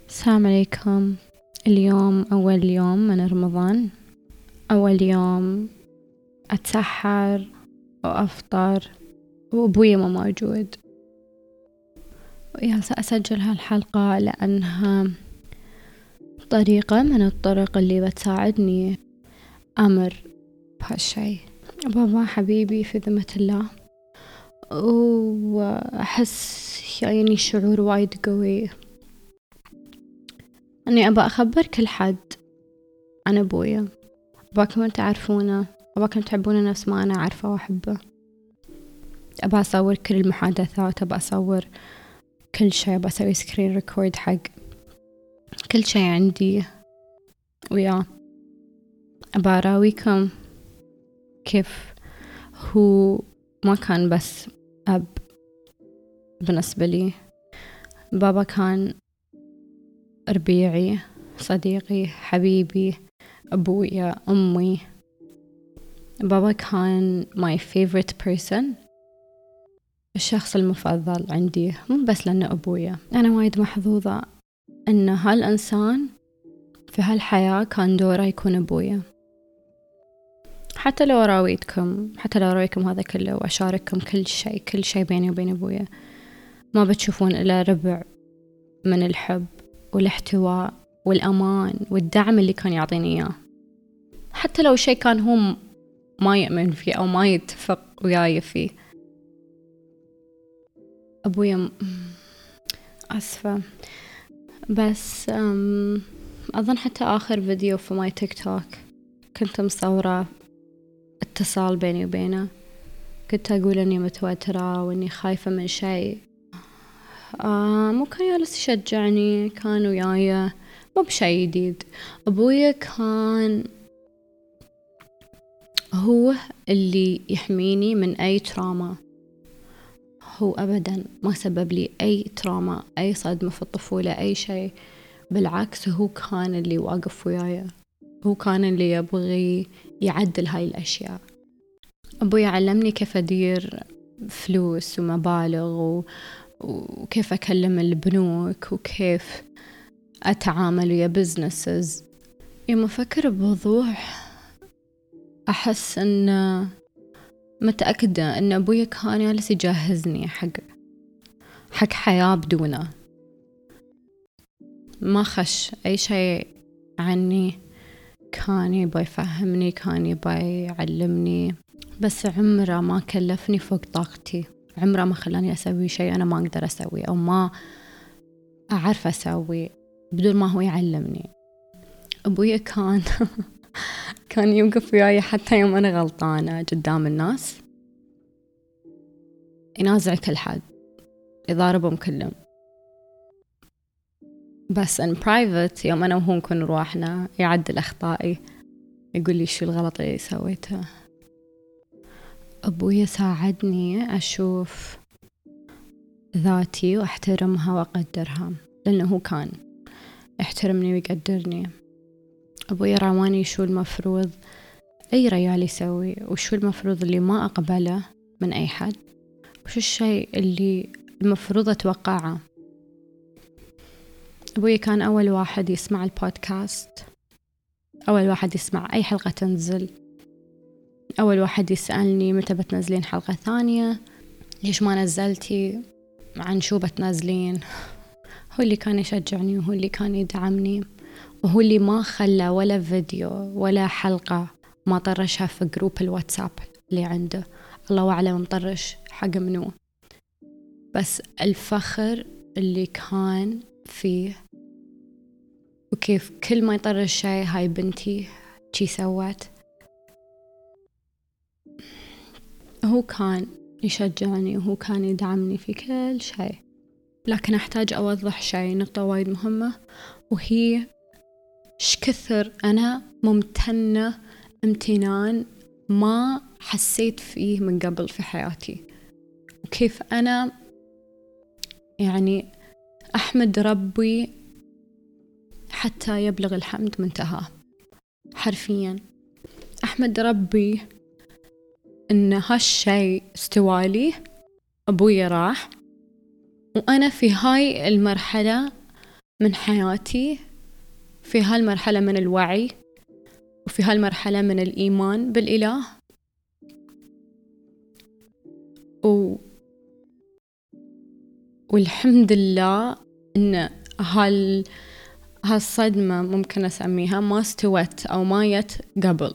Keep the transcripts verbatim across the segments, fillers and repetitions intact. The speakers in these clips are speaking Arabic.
السلام عليكم. اليوم أول يوم من رمضان، أول يوم أتسحر وأفطر وأبوي ما موجود. ويا سأسجل هالحلقة لأنها طريقة من الطرق اللي بتساعدني أمر بهالشي. بابا حبيبي في ذمة الله، وأحس يعني شعور وايد قوي أني أبى أخبر كل حد عن أبويا. أباكم تعرفونه، أباكم تحبونه نفس ما أنا عارفة وأحبه. أبى أصور كل المحادثات، أبى أصور كل شيء، أبى أسوي سكرين ريكورد حق كل شيء عندي وياه. أبى أراويكم كيف هو ما كان بس أب بالنسبة لي، بابا كان ربيعي، صديقي، حبيبي، أبويا، أمي. بابا كان my favorite person، الشخص المفضل عندي، مو بس لأنه أبويا. أنا وايد محظوظة أن هالإنسان في هالحياة كان دوره يكون أبويا. حتى لو راويتكم حتى لو راويكم هذا كله وأشارككم كل شيء كل شيء بيني وبين أبويا، ما بتشوفون إلا ربع من الحب والاحتواء والأمان والدعم اللي كان يعطيني إياه. حتى لو شيء كان هو ما يؤمن فيه أو ما يتفق وياي فيه. أبويا م... أسفة، بس أم... أظن حتى آخر فيديو في ماي تيك توك كنت مصورة اتصال بيني وبينه، كنت أقول أني متوترة وأني خايفة من شيء. آه مو كان يالس يشجعني، كان وياي، مو بشيء جديد. أبويا كان هو اللي يحميني من أي تراما. هو أبدا ما سبب لي أي تراما، أي صدمة في الطفولة، أي شيء. بالعكس، هو كان اللي واقف وياي، هو كان اللي يبغي يعدل هاي الأشياء. أبوي علمني كيف أدير فلوس ومبالغ و... وكيف أكلم البنوك وكيف أتعامل ويا بزنسز. يوم أفكر بوضوح أحس أن متأكدة أن أبوي كان جالس يجهزني حق حق حياة بدونه. ما خش أي شيء عني، كان يبغى يفهمني، كان يبغى يعلمني، بس عمره ما كلفني فوق طاقتي. عمره ما خلاني أسوي شيء أنا ما أقدر أسوي أو ما أعرف أسوي بدون ما هو يعلمني. أبوي كان كان يوقف وياي حتى يوم أنا غلطانة قدام الناس، ينازع كل حد، يضاربهم كلهم. بس in private يوم أنا وهو نكون رواحنا يعدل أخطائي، يقول لي شو الغلط اللي سويته. أبوي ساعدني أشوف ذاتي وأحترمها وأقدرها، لأنه هو كان يحترمني ويقدرني. أبوي راواني شو المفروض أي رجال يسوي، وشو المفروض اللي ما أقبله من أي حد، وشو الشيء اللي المفروض أتوقعه. أبوي كان أول واحد يسمع البودكاست، أول واحد يسمع أي حلقة تنزل، أول واحد يسألني متى بتنزلين حلقة ثانية، ليش ما نزلتي، عن شو بتنزلين. هو اللي كان يشجعني، وهو اللي كان يدعمني، وهو اللي ما خلى ولا فيديو ولا حلقة ما طرشها في جروب الواتساب اللي عنده. الله أعلم مطرش حق منو، بس الفخر اللي كان فيه وكيف كل ما يطرش شيء هاي بنتي شي سوت. هو كان يشجعني وهو كان يدعمني في كل شيء. لكن أحتاج أوضح شيء، نقطة وايد مهمة، وهي شكثر أنا ممتنة امتنان ما حسيت فيه من قبل في حياتي، وكيف أنا يعني أحمد ربي حتى يبلغ الحمد منتهى. حرفيا أحمد ربي إن هالشي استوالي. أبوي راح وأنا في هاي المرحلة من حياتي في هالمرحلة من الوعي وفي هالمرحلة من الإيمان بالإله. و... والحمد لله إن هال هالصدمة ممكن أسميها ما استوت أو مايت قبل.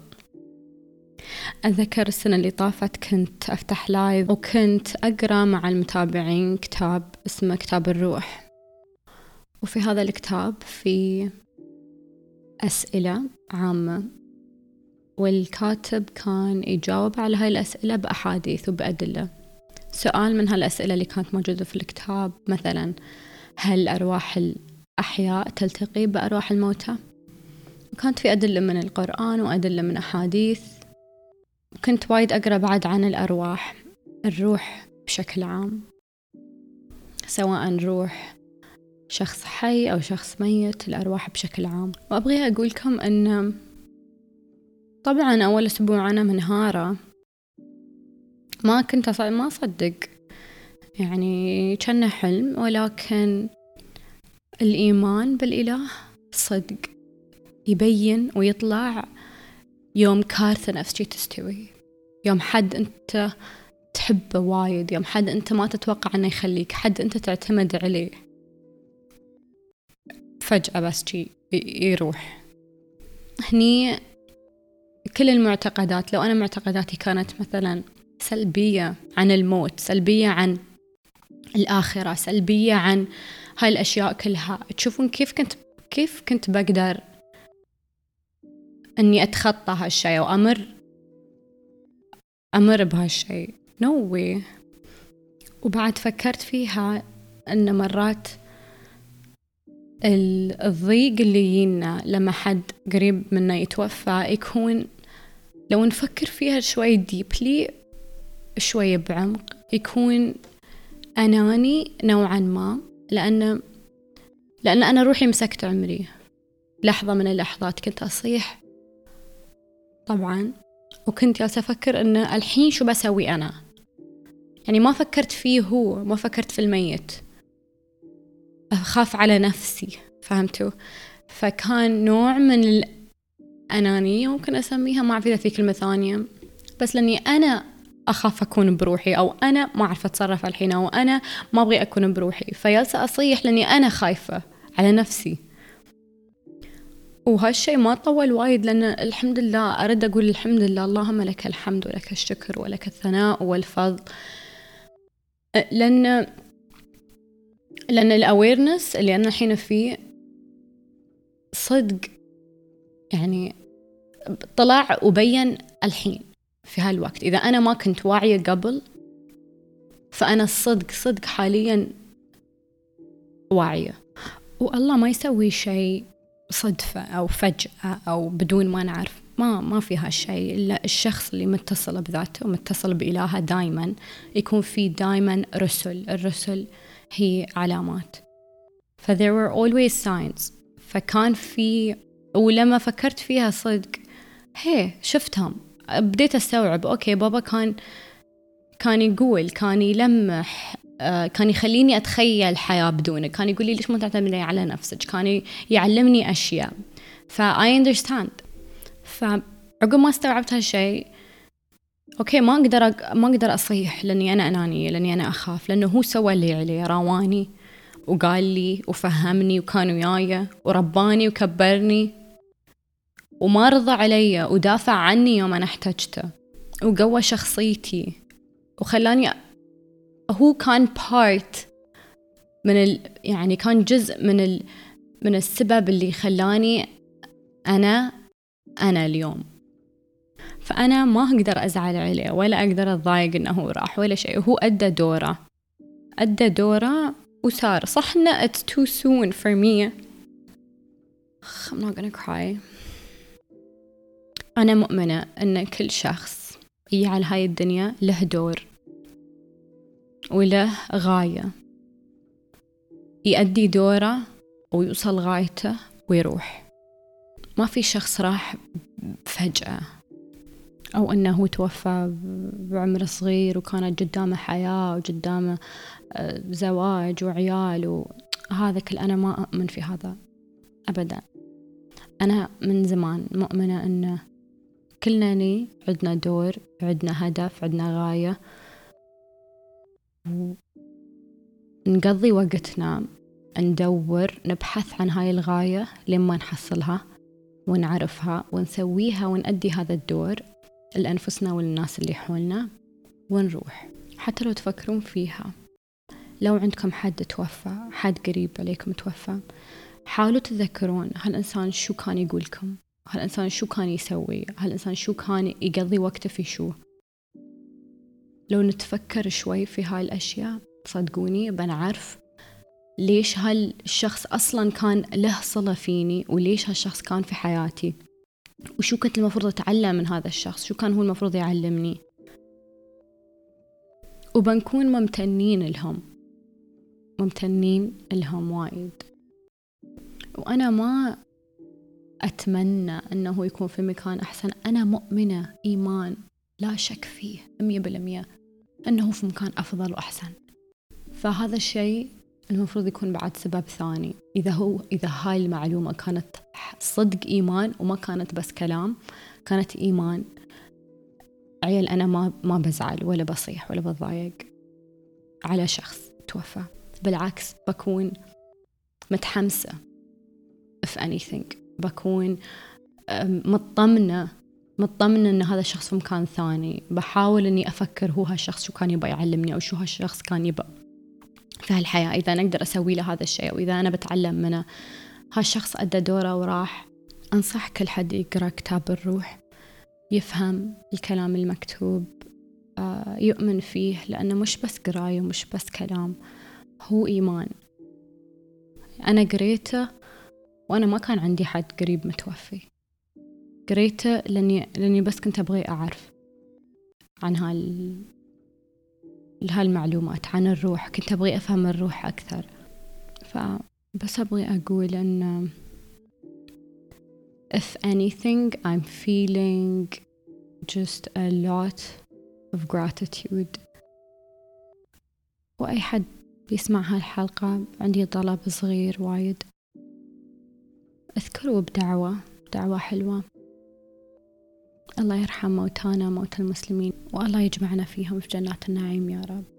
أذكر السنة اللي طافت كنت أفتح لايف وكنت أقرأ مع المتابعين كتاب اسمه كتاب الروح، وفي هذا الكتاب في أسئلة عامة، والكاتب كان يجاوب على هاي الأسئلة بأحاديث وبأدلة. سؤال من هالأسئلة اللي كانت موجودة في الكتاب مثلا: هل أرواح الأحياء تلتقي بأرواح الموتى؟ وكانت في أدلة من القرآن وأدلة من أحاديث. كنت وايد أقرأ بعد عن الأرواح، الروح بشكل عام، سواء روح شخص حي أو شخص ميت، الأرواح بشكل عام. وأبغي أقولكم أن طبعا أول أسبوع أنا منهارة، ما كنت أصدق ما أصدق يعني كان حلم، ولكن الإيمان بالإله صدق يبين ويطلع يوم كارثة نفسية تستوي، يوم حد أنت تحبه وايد، يوم حد أنت ما تتوقع أنه يخليك، حد أنت تعتمد عليه فجأة بس شي يروح. هني كل المعتقدات، لو أنا معتقداتي كانت مثلا سلبية عن الموت، سلبية عن الآخرة، سلبية عن هاي الأشياء كلها، تشوفون كيف كنت كيف كنت بقدر أني أتخطى هالشيء أو أمر أمر بهالشيء؟ no way. وبعد فكرت فيها أن مرات الضيق اللي يجينا لما حد قريب منا يتوفى يكون، لو نفكر فيها شوي ديبلي شوي بعمق، يكون أناني نوعا ما، لأن لأن أنا روحي مسكت عمري. لحظة من اللحظات كنت أصيح طبعا، وكنت جالسة أفكر أن الحين شو بسوي أنا، يعني ما فكرت فيه هو، ما فكرت في الميت، أخاف على نفسي، فهمتوا؟ فكان نوع من الأنانية ممكن أسميها، ما أعرف إذا في كلمة ثانية، بس لأني أنا أخاف أكون بروحي، أو أنا ما أعرف أتصرف الحين، أو أنا ما أبغي أكون بروحي، فيالسة أصيح لأني أنا خايفة على نفسي. وهالشيء ما طول وايد، لأن الحمد لله أرد أقول الحمد لله، اللهم لك الحمد ولك الشكر ولك الثناء والفضل، لأن لأن الأويرنس اللي أنا الحين فيه صدق يعني طلع وبين الحين في هالوقت. إذا أنا ما كنت واعية قبل، فأنا الصدق صدق حاليا واعية. والله ما يسوي شيء صدفة أو فجأة أو بدون ما نعرف، ما ما في هالشيء، إلا الشخص اللي متصل بذاته ومتصل بإلهه دايما يكون في دايما رسل. الرسل هي علامات، ف there were always signs. فكان في، ولما فكرت فيها صدق هي شفتهم، بديت أستوعب أوكي بابا كان كان يقول، كان يلمح، آه كان يخليني أتخيل حياة بدونك، كان يقول لي ليش ما تعتمدي على نفسك، كان يعلمني أشياء، ف I understand. فعقب ما استوعبت هالشيء أوكي ما أقدر أق... ما أقدر أصيح لأني أنا أنانية، لأني أنا أخاف، لأنه هو سوى اللي عليه، رواني وقال لي وفهمني وكان وياي ورباني وكبرني وما رضى علي ودافع عني يوم أنا احتجته وقوى شخصيتي وخلاني، هو كان part من ال... يعني كان جزء من ال... من السبب اللي خلاني أنا أنا اليوم. فأنا ما أقدر أزعل عليه ولا أقدر أتضايق إنه راح ولا شيء، هو أدى دوره أدى دوره وصار صح. إنه it's too soon for me. I'm not gonna cry. أنا مؤمنة إن كل شخص يجي على هاي الدنيا له دور وله غاية، يؤدي دوره ويوصل غايته ويروح. ما في شخص راح فجأة، أو أنه توفى بعمر صغير وكانت قدامه حياة وقدامه زواج وعيال و... هذا كل أنا ما أؤمن في هذا أبدا. أنا من زمان مؤمنة أنه كلنا عندنا دور، عندنا هدف، عندنا غاية، ونقضي وقتنا ندور نبحث عن هاي الغاية لما نحصلها ونعرفها ونسويها ونأدي هذا الدور لأنفسنا والناس اللي حولنا ونروح. حتى لو تفكرون فيها، لو عندكم حد توفى، حد قريب عليكم توفى، حاولوا تتذكرون هالإنسان شو كان يقولكم، هالإنسان شو كان يسوي، هالإنسان شو كان يقضي وقته في شو. لو نتفكر شوي في هاي الأشياء صدقوني بنعرف ليش هالشخص أصلا كان له صلة فيني، وليش هالشخص كان في حياتي، وشو كنت المفروض أتعلم من هذا الشخص، شو كان هو المفروض يعلمني. وبنكون ممتنين لهم، ممتنين لهم وايد. وأنا ما أتمنى أنه يكون في مكان أحسن، أنا مؤمنة إيمان لا شك فيه مية بالمية أنه في مكان أفضل وأحسن. فهذا الشيء المفروض يكون بعد سبب ثاني، إذا هو إذا هاي المعلومة كانت صدق إيمان وما كانت بس كلام، كانت إيمان، عيل أنا ما ما بزعل ولا بصيح ولا بضايق على شخص توفى، بالعكس بكون متحمسة if anything، بكون مطمنة مطمنة أن هذا الشخص في مكان ثاني. بحاول أني أفكر هو هالشخص شو كان يبغى يعلمني، أو شو هالشخص كان يبغى في هالحياة، إذا أنا أقدر أسوي له هذا الشيء، أو إذا أنا بتعلم منه. هالشخص أدى دوره وراح. أنصح كل حد يقرأ كتاب الروح، يفهم الكلام المكتوب، يؤمن فيه، لأنه مش بس قراية ومش بس كلام، هو إيمان. أنا قريته وأنا ما كان عندي حد قريب متوفي، قريته لأني, لأني بس كنت أبغي أعرف عن هال هالمعلومات عن الروح، كنت أبغي أفهم الروح أكثر. فبس أبغي أقول أن if anything I'm feeling just a lot of gratitude. وأي حد بيسمع هالحلقة عندي طلب صغير وايد، اذكروا بدعوة دعوة حلوة، الله يرحم موتانا موتى المسلمين، والله يجمعنا فيهم في جنات النعيم يا رب.